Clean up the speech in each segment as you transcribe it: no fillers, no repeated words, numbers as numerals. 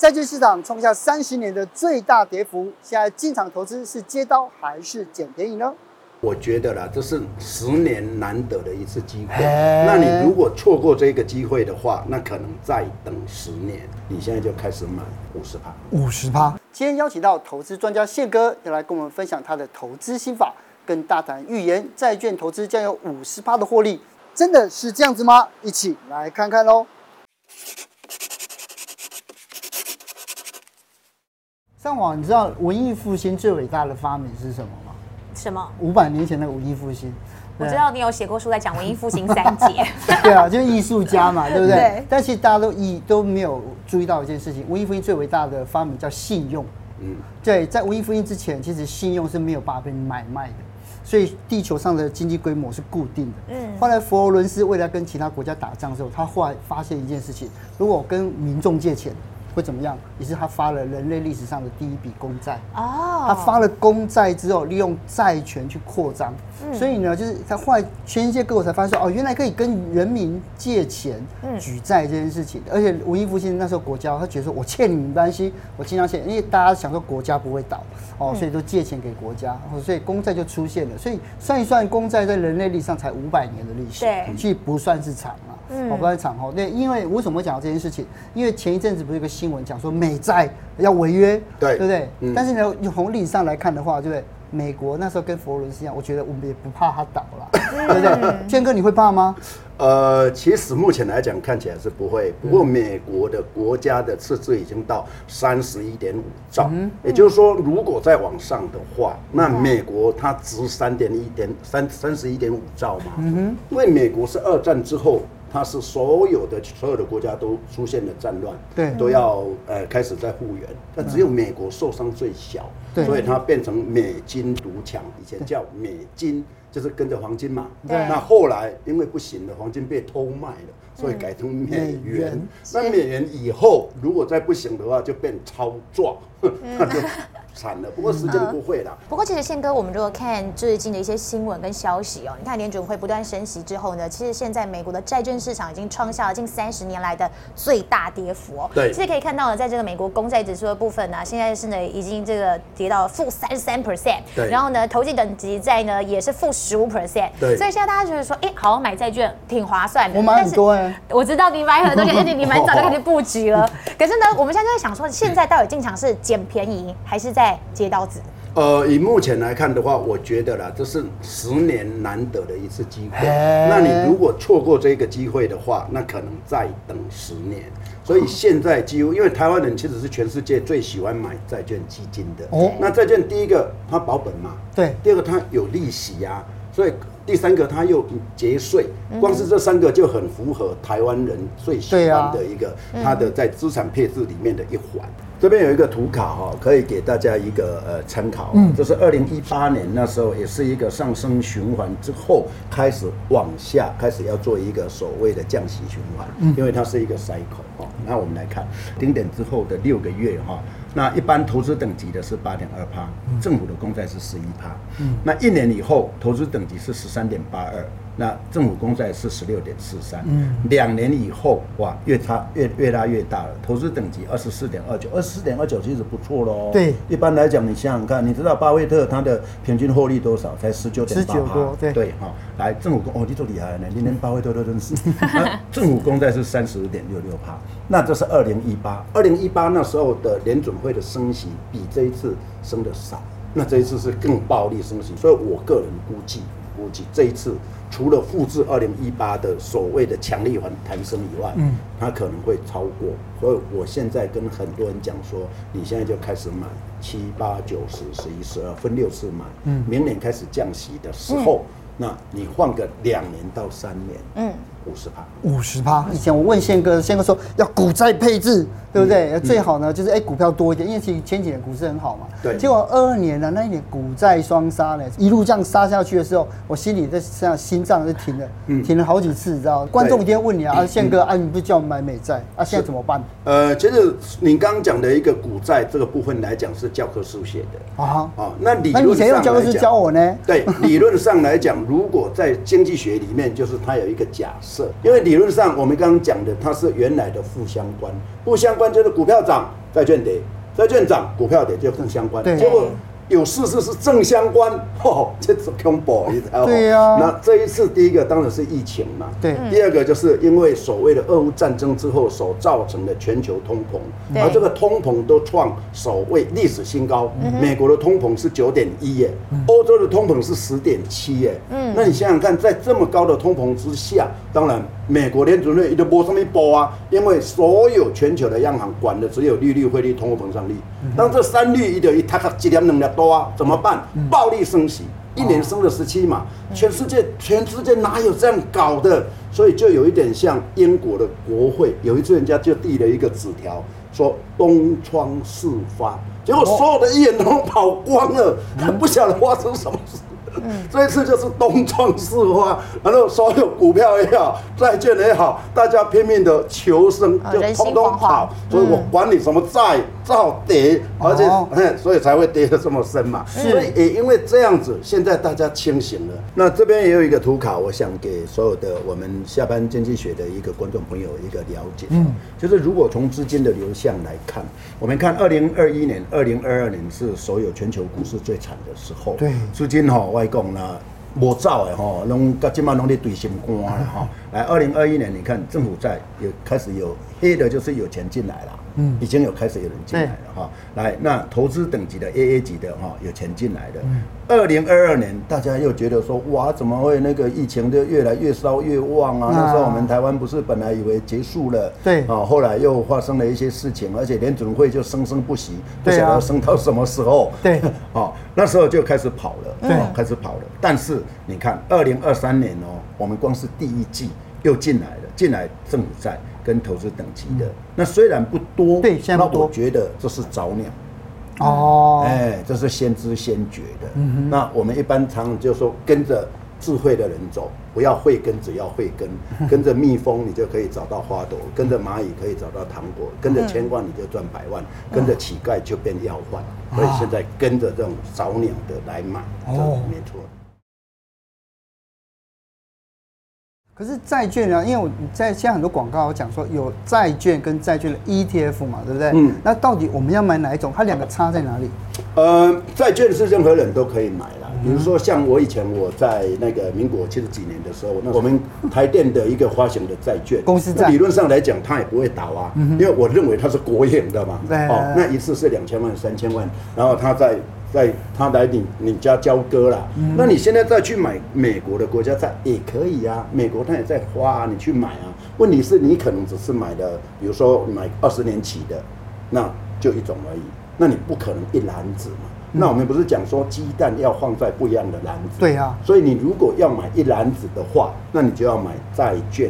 债券市场创下30年的最大跌幅，现在进场投资是接刀还是捡便宜呢？ 我觉得啦，这是10年难得的一次机会。那你如果错过这个机会的话，那可能再等10年。你现在就开始买50%。 今天邀请到投资专家宪哥，要来跟我们分享他的投资心法，跟大胆预言债券投资将有50%的获利，真的是这样子吗？一起来看看喽。上网，你知道文艺复兴最伟大的发明是什么吗？ 什么 ？500年前的文艺复兴。 我知道你有写过书在讲文艺复兴3节。 对啊，就是艺术家嘛，对不对？ 对。 但其实大家都没有注意到一件事情，文艺复兴最伟大的发明叫信用。对，在文艺复兴之前，其实信用是没有办法被买卖的，所以地球上的经济规模是固定的。后来佛罗伦斯为了跟其他国家打仗的时候，他后来发现一件事情：如果我跟民众借钱，会怎么样？于是他发了人类历史上的第一笔公债。他发了公债之后，利用债权去扩张。所以呢，就是他后来全世界各国才发现说，原来可以跟人民借钱、举债这件事情。而且文艺复兴那时候国家，他觉得说我欠你没关系，我尽量欠，因为大家想说国家不会倒所以都借钱给国家，所以公债就出现了。所以算一算，公债在人类历史上才500年的历史，其实不算是长啊。不算长对，因为为什么会讲到这件事情？因为前一阵子不是有个新闻讲说美债要违约，对不对？但是呢，从历史上来看的话，对不对？美国那时候跟佛罗伦斯一样，我觉得我们也不怕它倒了，对不对？建哥，你会怕吗？ 其实目前来讲看起来是不会，不过美国的国家的赤字已经到31.5兆，也就是说，如果再往上的话，那美国它值31.5兆嘛，因为美国是2战之后。它是所有的国家都出现了战乱，都要开始在复原，但只有美国受伤最小，所以它变成美金独强，以前叫美金，就是跟着黄金嘛。那后来因为不行了，黄金被偷卖了，所以改成美元。那美元以后如果再不行的话，就变超壮，那就惨了。不过时间不会啦。 不过其实宪哥，我们如果看最近的一些新闻跟消息你看联准会不断升息之后呢，其实现在美国的债券市场已经创下了近30年来的最大跌幅对， 其实可以看到呢，在这个美国公债指数的部分呢，现在是呢已经这个跌到-33%，然后呢，投机等级债呢也是-15%，对，所以现在大家觉得说，好像买债券挺划算的。 我买很多我知道你买很多，而且你蛮早就开始布局了。可是呢，我们现在就在想说，现在到底进场是捡便宜还是在接刀子？ 以目前来看的话，我觉得啦，这是10年难得的一次机会。那你如果错过这个机会的话，那可能再等10年。所以现在几乎，因为台湾人其实是全世界最喜欢买债券基金的。那债券第一个它保本嘛，对；第二个它有利息啊，所以第3个它又节税。光是这3个就很符合台湾人最喜欢的一个它的在资产配置里面的一环。这边有一个图卡可以给大家一个参考。这是2018年那时候也是一个上升循环之后开始往下，开始要做一个所谓的降息循环，因为它是一个 cycle。那我们来看顶点之后的6个月那一般投资等级的是8.2%，政府的公债是11%。那1年以后投资等级是13.82%，那政府公债是16.43%，2年以后哇，越拉越大了，投资等级24.29其实不错咯。对，一般来讲你想想看，你知道巴菲特他的平均获利多少？才19.8%。对来政府公你做厉害呢，你连巴菲特都认识。政府公债是35.66%，那这是2018那时候的联准会的升息比这一次升的少，那这一次是更暴力升息，所以我个人估计这一次除了复制2018的所谓的强力弹升以外，它可能会超过。所以我现在跟很多人讲说，你现在就开始买7、8、9、10、11、12，分6次买。明年开始降息的时候，那你换个2年到3年，50%。 以前我问宪哥说要股债配置，对不对？最好呢就是股票多一点，因为其实前几年股市很好嘛。对。结果22年呢，那一年股债双杀呢，一路这样杀下去的时候，我心里心脏就停了好几次，你知道？观众一定问你宪哥你不是叫我们买美债现在怎么办？ 其实你刚刚讲的一个股债这个部分来讲是教科书写的那理论上来讲，那你谁用教科书教我呢？对，理论上来讲，如果在经济学里面，就是它有一个假设，因为理论上我们刚刚讲的它是原来的负相关，不相关就是股票涨， 债券跌，债券涨，股票跌就正相关。 对， 结果有事实是正相关，这是恐怖，你知道吗？ 对呀。 那这一次第一个当然是疫情嘛， 对。 第二个就是因为所谓的俄乌战争之后所造成的全球通膨，而这个通膨都创首位历史新高。美国的通膨是9.1耶，欧洲的通膨是10.7耶。那你想想看，在这么高的通膨之下，当然美国联准会它就没什么波啊，因为所有全球的央行管的只有利率、汇率、通货膨胀率。当这3率它1点2粒多啊，怎么办？暴力升息。1年升了17嘛，全世界哪有这样搞的？所以就有一点像英国的国会，有一次人家就递了一个纸条，说东窗事发，结果所有的议员都跑光了，不晓得发生什么事。这一次就是东窗事发，然后所有股票也好，债券也好，大家拼命的求生，就通通跑。所以我管你什么债照跌，而且所以才会跌得这么深嘛。所以也因为这样子，现在大家清醒了。那这边也有一个图卡，我想给所有的我们下班经济学的一个观众朋友一个了解。就是如果从资金的流向来看，我们看2021年、2022年是所有全球股市最惨的时候。对，资金我讲啦，无走的吼，拢到今晚拢在对心肝了哈。来，2021年你看政府债有开始有黑的，就是有钱进来了，已经有开始有人进来了哈。来，那投资等级的 AA 级的哈，有钱进来的。2022年大家又觉得说，哇，怎么会那个疫情就越来越烧越旺啊？那时候我们台湾不是本来以为结束了，对啊，后来又发生了一些事情，而且联准会就生不息，不晓得升到什么时候。对，哦，那时候就开始跑了，开始跑了。但是你看，2023年哦，我们光是第一季又进来政府债跟投资等级的，那虽然不多，对，现在不多，那我觉得这是早鸟。这是先知先觉的。那我们一般常就说跟着智慧的人走，不要慧根，只要慧根。跟着蜜蜂你就可以找到花朵，跟着蚂蚁可以找到糖果，跟着千万你就赚100万，跟着乞丐就变要饭。所以现在跟着这种早鸟的来买，这没错。 可是债券啊，因为我现在很多广告讲说有债券跟债券的 ETF 嘛，对不对？那到底我们要买哪一种？它两个差在哪里？ 债券是任何人都可以买啦。比如说像我以前我在那个民国70几年的时候，那我们台电的一个发行的债券，公司债，理论上来讲它也不会倒啊，因为我认为它是国营的嘛。那一次是2000万、3000万，然后他来你家交割啦，那你现在再去买美国的国家债也可以啊，美国它也在花，你去买啊。问题是你可能只是买的，比如说买20年期的，那就一种而已，那你不可能一篮子嘛。那我们不是讲说鸡蛋要放在不一样的篮子？对啊。所以你如果要买一篮子的话，那你就要买债券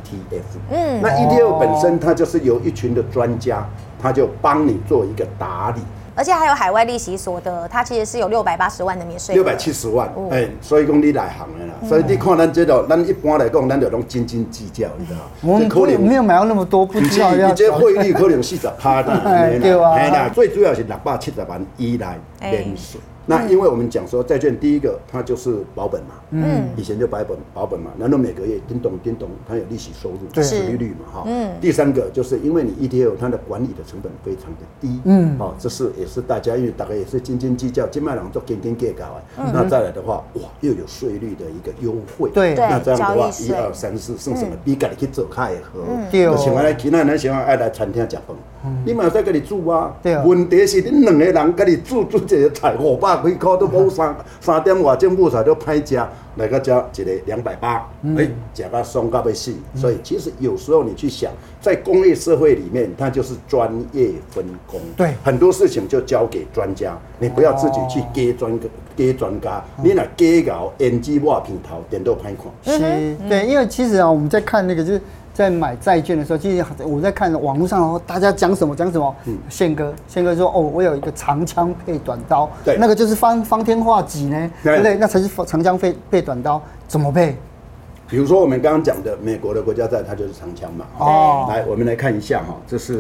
ETF。那 ETF 本身它就是由一群的专家，他就帮你做一个打理。 而且还有海外利息所得，它其实是有680万的免税额 ，670万，所以讲你来行的啦，所以你看咱这个，咱一般来讲，咱就拢斤斤计较，你知道吗？ 我们可能没有买到那么多，不知道要。 你这汇率可能40%的，对啊，最主要是670万以内免税。那因为我们讲说债券，第一个它就是保本嘛，以前就保本嘛，然后每个月叮咚，它有利息收入，是利率嘛，哈，第三个就是因为你 ETF 它的管理的成本非常的低，这是也是大家因为大概也是斤斤计较，金麦郎做斤计较那再来的话，哇，又有税率的一个优惠，对，那这样的话，1、2、3、4，剩什么比家己去做较会好，就像来其他人想爱来餐厅吃饭，你嘛使家己煮啊，问题是你2个人家己煮一个菜500几块都冇3点外政府菜都歹食，来个加一个280，食到爽到要死。所以其实有时候你去想，在工业社会里面，它就是专业分工，对，很多事情就交给专家，你不要自己去给专家，你若给搞胭脂抹片头，点都歹看。 是，对，因为其实啊，我们在看那个就是。在买债券的时候，其实我在看网络上，大家讲什么，宪哥说，我有一个长枪配短刀，对，那个就是方天画戟呢，对不对？那才是长枪配短刀，怎么配？ 比如说我们刚刚讲的美国的国家债，它就是长枪嘛。来，我们来看一下哈，这是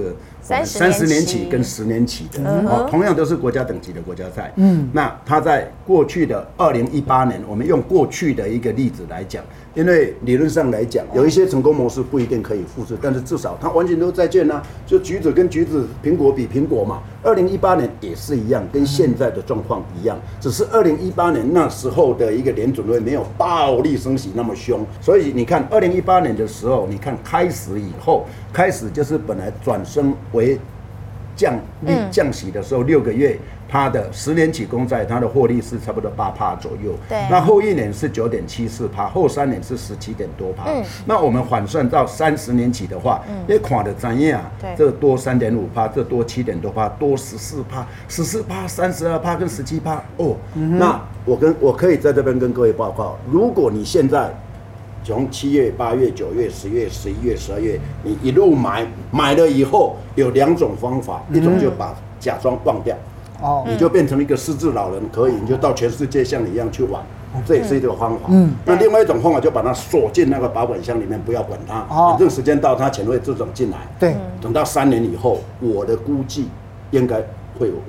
30年期跟10年期的，同样都是国家等级的国家债。那它在过去的2018年，我们用过去的一个例子来讲，因为理论上来讲，有一些成功模式不一定可以复制，但是至少它完全都债券啊，就橘子跟橘子，苹果比苹果嘛。2018年也是一样，跟现在的状况一样，只是2018年那时候的一个联准会没有暴力升息那么凶，所以你看2018年的时候，你看开始以后，开始就是本来转升为降息的时候，6个月，它的10年期公债，它的获利是差不多8%左右。 对。 那后一年是9.74%，后3年是17点多%。那我们换算到30年期的话，你看的怎样？这多3.5%，这多7点多%，多14%，14%、32%跟17%。哦，那我可以在这边跟各位报告，如果你现在从7月、8月、9月、10月、11月、12月，你一路买了以后，有2种方法，一种就把假装忘掉，你就变成一个失智老人，可以，你就到全世界像你一样去玩，这也是一种方法。那另外一种方法就把它锁进那个保管箱里面，不要管它，反正时间到它钱会自动进来。 对， 等到3年以后，我的估计应该会有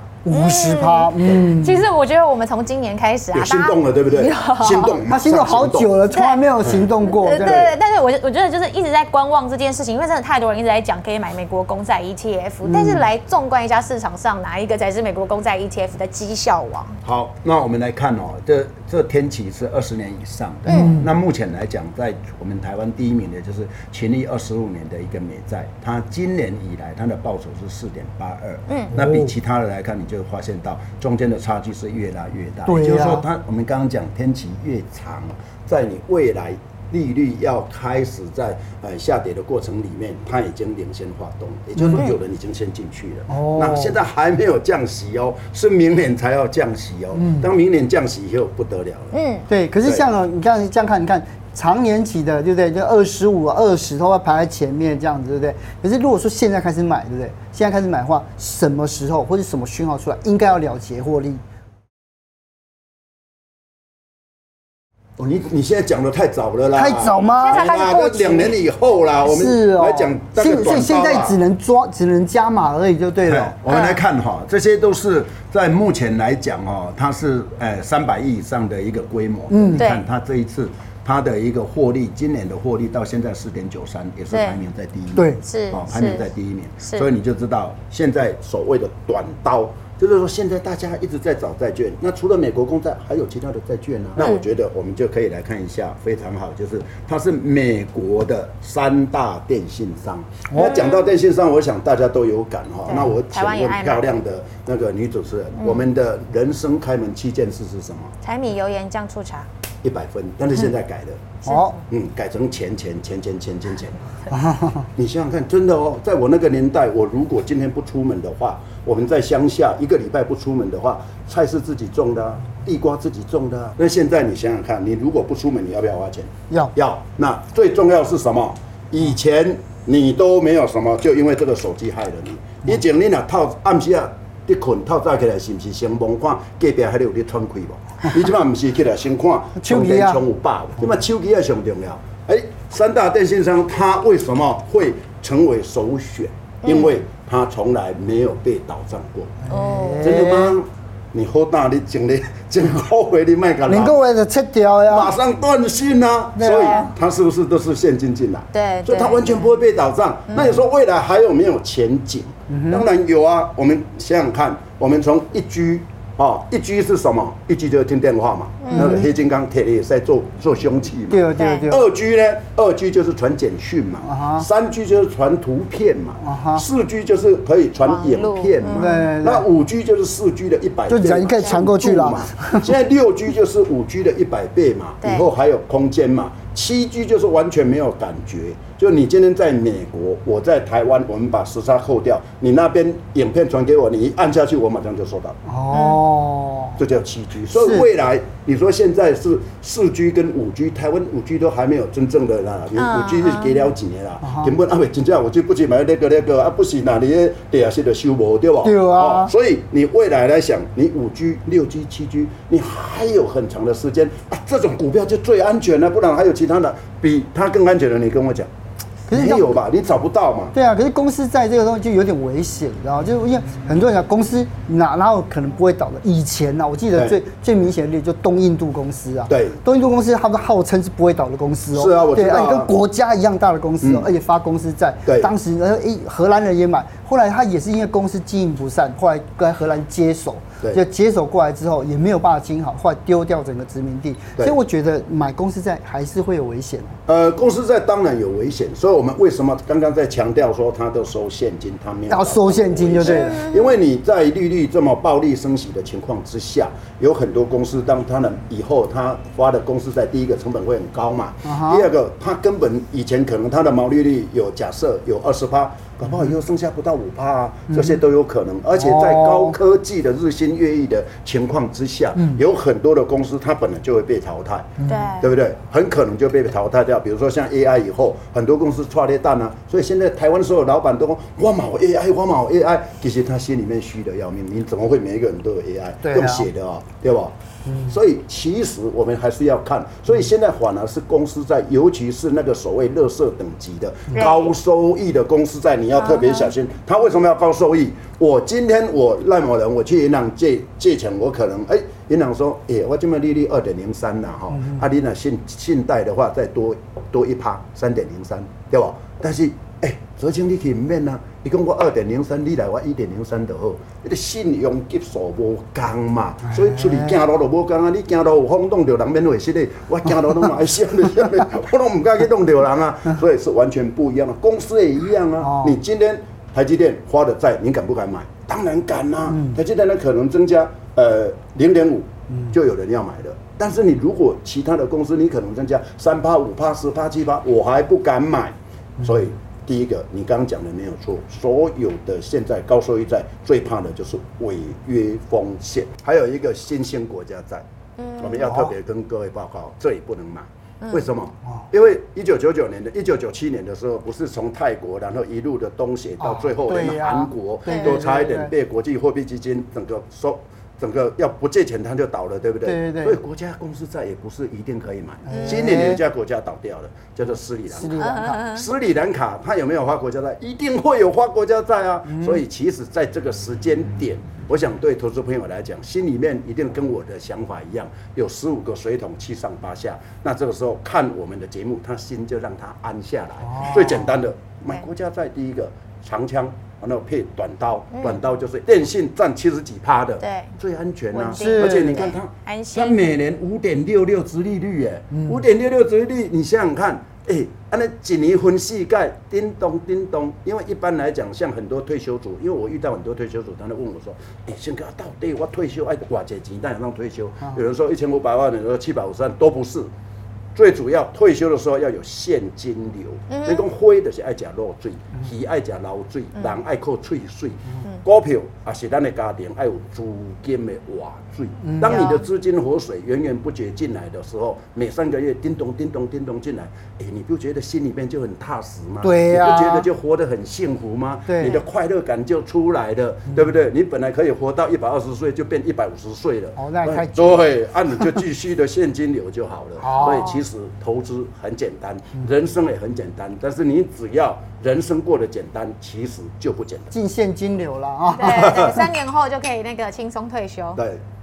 50%。 其实我觉得我们从今年开始有心动了，对不对？心动， 他心动好久了，从来没有行动过。 对，但是我觉得就是一直在观望这件事情，因为真的太多人一直在讲可以买美国公债 ETF，但是来纵观一下市场上哪一个才是美国公债 ETF 的绩效王？ 好，那我们来看哦，这天期是20年以上的。那目前来讲，在我们台湾第1名的就是勤利25年的一个美债，它今年以来它的报酬是4.82。那比其他的来看，你就发现到中间的差距是越拉越大。也就是说，我们刚刚讲天期越长，在你未来利率要开始在下跌的过程里面，它已经领先发动，也就是说有人已经先进去了。那现在还没有降息哦，是明年才要降息哦。当明年降息以后不得了了。 对。可是像你看这样看，你看长年期的，对不对？就25、20都会排在前面这样子，对不对？可是如果说现在开始买，对不对？现在开始买的话，什么时候或者什么讯号出来，应该要了结获利？ 你现在讲的太早了啦！ 太早吗？ 现在才开始过期 2年以后啦。我们来讲所以现在只能加码而已，就对了。 我们来看哈，这些都是在目前来讲哈，它是300亿以上的一个规模。你看它这一次它的一个获利，今年的获利到现在4.93，也是排名在第1名。 对， 是排名在第1名。所以你就知道现在所谓的短刀。就是说，现在大家一直在找债券，那除了美国公债，还有其他的债券呢。那我觉得我们就可以来看一下，非常好，就是它是美国的3大电信商。那讲到电信商，我想大家都有感哈。那我请问漂亮的那个女主持人，我们的人生开门7件事是什么？ 柴米油盐酱醋茶。 100分，但是现在改了。改成钱。你想想看，真的哦，在我那个年代，我如果今天不出门的话，我们在乡下1个礼拜不出门的话，菜是自己种的，地瓜自己种的。那现在你想想看，你如果不出门，你要不要花钱？要。那最重要是什么？以前你都没有什么，就因为这个手机害了你。以前你若暗时啊，你困透早起来，是不是先望看隔壁还有咧喘气无？你即摆不是起来先看充电充有饱，即摆手机啊上重要。3大电信商它为什么会成为首选？因为它从来没有被倒账过。真的吗？你好大，你整个月你卖干嘛？ 2个月就撤掉呀， 马上断讯啊！所以它是不是都是现金进来？ 对， 所以它完全不会被倒账。那你说未来还有没有前景？当然有啊。我们想想看，我们从1G 是什么？1G 就是听电话嘛，那个黑金刚铁也在做凶器嘛。 对。 2G 呢？2G 就是传简讯嘛。3G 就是传图片嘛。4G 就是可以传影片嘛。那5G 就是 4G 的100倍， 就人可以传过去了嘛。 现在6G 就是5G 的100倍嘛，以后还有空间嘛。7G 就是完全没有感觉，就你今天在美国，我在台湾，我们把时差扣掉，你那边影片传给我，你一按下去，我马上就收到。这叫7G。所以未来你说现在是4G 跟5G，台湾5G 都还没有真正的啦，你5G 是给了钱的啦，根本未真正5G不是买那个不是哪里地下室的修无对吧？ 对啊。 所以你未来来想，你5G、6G、7G， 你还有很长的时间啊，这种股票就最安全了，不然还有其他的比它更安全的，你跟我讲。 可是没有吧？你找不到嘛？ 对啊，可是公司债这个东西就有点危险，然后就因为很多人讲公司哪有可能不会倒的？以前呢，我记得最明显的例子就东印度公司啊， 对， 东印度公司他们号称是不会倒的公司哦， 是啊，我知道啊， 跟国家一样大的公司哦，而且发公司债， 对， 当时荷兰人也买，后来他也是因为公司经营不善，后来跟荷兰接手。就接手过来之后也没有办法经营好，后来丢掉整个殖民地，所以我觉得买公司债还是会有危险。 公司债当然有危险，所以我们为什么刚刚在强调说它都收现金，它没有要收现金就对了， 因为你在利率这么暴力升息的情况之下，有很多公司当他们以后他发的公司债，第一个成本会很高嘛，第二个他根本以前可能他的毛利率有假设有20%，搞不好以后剩下不到5%啊，这些都有可能，而且在高科技的日新月异的情况之下，有很多的公司它本来就会被淘汰，对不对？很可能就被淘汰掉。比如说像 AI 以后，很多公司错裂蛋啊，所以现在台湾所有老板都说我冇 AI， 我冇 AI， 其实他心里面虚的要命。你怎么会每一个人都有 AI 用写的啊，对吧？所以其实我们还是要看，所以现在反而是公司债，尤其是那个所谓垃圾等级的高收益的公司债，你要特别小心。它为什么要高收益？我今天我赖某人，我去银行借钱，我可能银行说，我这边利率2.03啦哈，你那信贷的话再多1%，3.03，对吧？但是泽清你可以唔免啊，你讲我2.03，你来我1.03就好。你的信用级数无共嘛，所以出去行路就无共啊。你行路有风弄到人免回失的，我行路拢嘛会闪的，我拢唔敢去弄到人啊。所以是完全不一样的，公司也一样啊。你今天台积电发的债，你敢不敢买？当然敢啊。台积电呢可能增加0.5，就有人要买了。但是你如果其他的公司，你可能增加3%、5%、10%、7%，我还不敢买。所以第一个，你刚刚讲的没有错，所有的现在高收益债最怕的就是违约风险，还有一个新兴国家债，我们要特别跟各位报告，这也不能买。为什么？因为1997年的时候，不是从泰国，然后一路的东协到最后连韩国都差一点被国际货币基金整个要不借钱它就倒了，对不对？所以国家公司债也不是一定可以买。今年有一家国家倒掉了，叫做斯里兰卡。斯里兰卡它有没有发国家债？一定会有发国家债啊。所以其实在这个时间点，我想对投资朋友来讲，心里面一定跟我的想法一样，有15个水桶7上8下。那这个时候看我们的节目，他心就让他安下来。最简单的买国家债，第一个长枪。然后配短刀，短刀就是电信占70几%的，对，最安全啊。而且你看它每年5.66殖利率，5.66殖利率，你想想看，按那1年分4届，叮咚叮咚。因为一般来讲，像很多退休族，因为我遇到很多退休族，他们问我说，宪哥，到底我退休爱多少钱？但让退休，有人说1500万，有人说750万，都不是。最主要退休的时候要有现金流。你讲花就是爱吃肉水，鱼爱吃流水，人爱靠脆水。股票也是咱的家庭爱有资金的活水。当你的资金活水源源不绝进来的时候，每3个月叮咚叮咚叮咚进来，你不觉得心里面就很踏实吗？ 对呀， 你不觉得就活得很幸福吗？你的快乐感就出来了，对不对？你本来可以活到120岁，就变150岁了。 那太久。 对，你就继续的现金流就好了。所以其实投资很简单，人生也很简单，但是你只要人生过得简单，其实就不简单。 进现金流了啊！ 对，3年后就可以那个轻松退休。 对，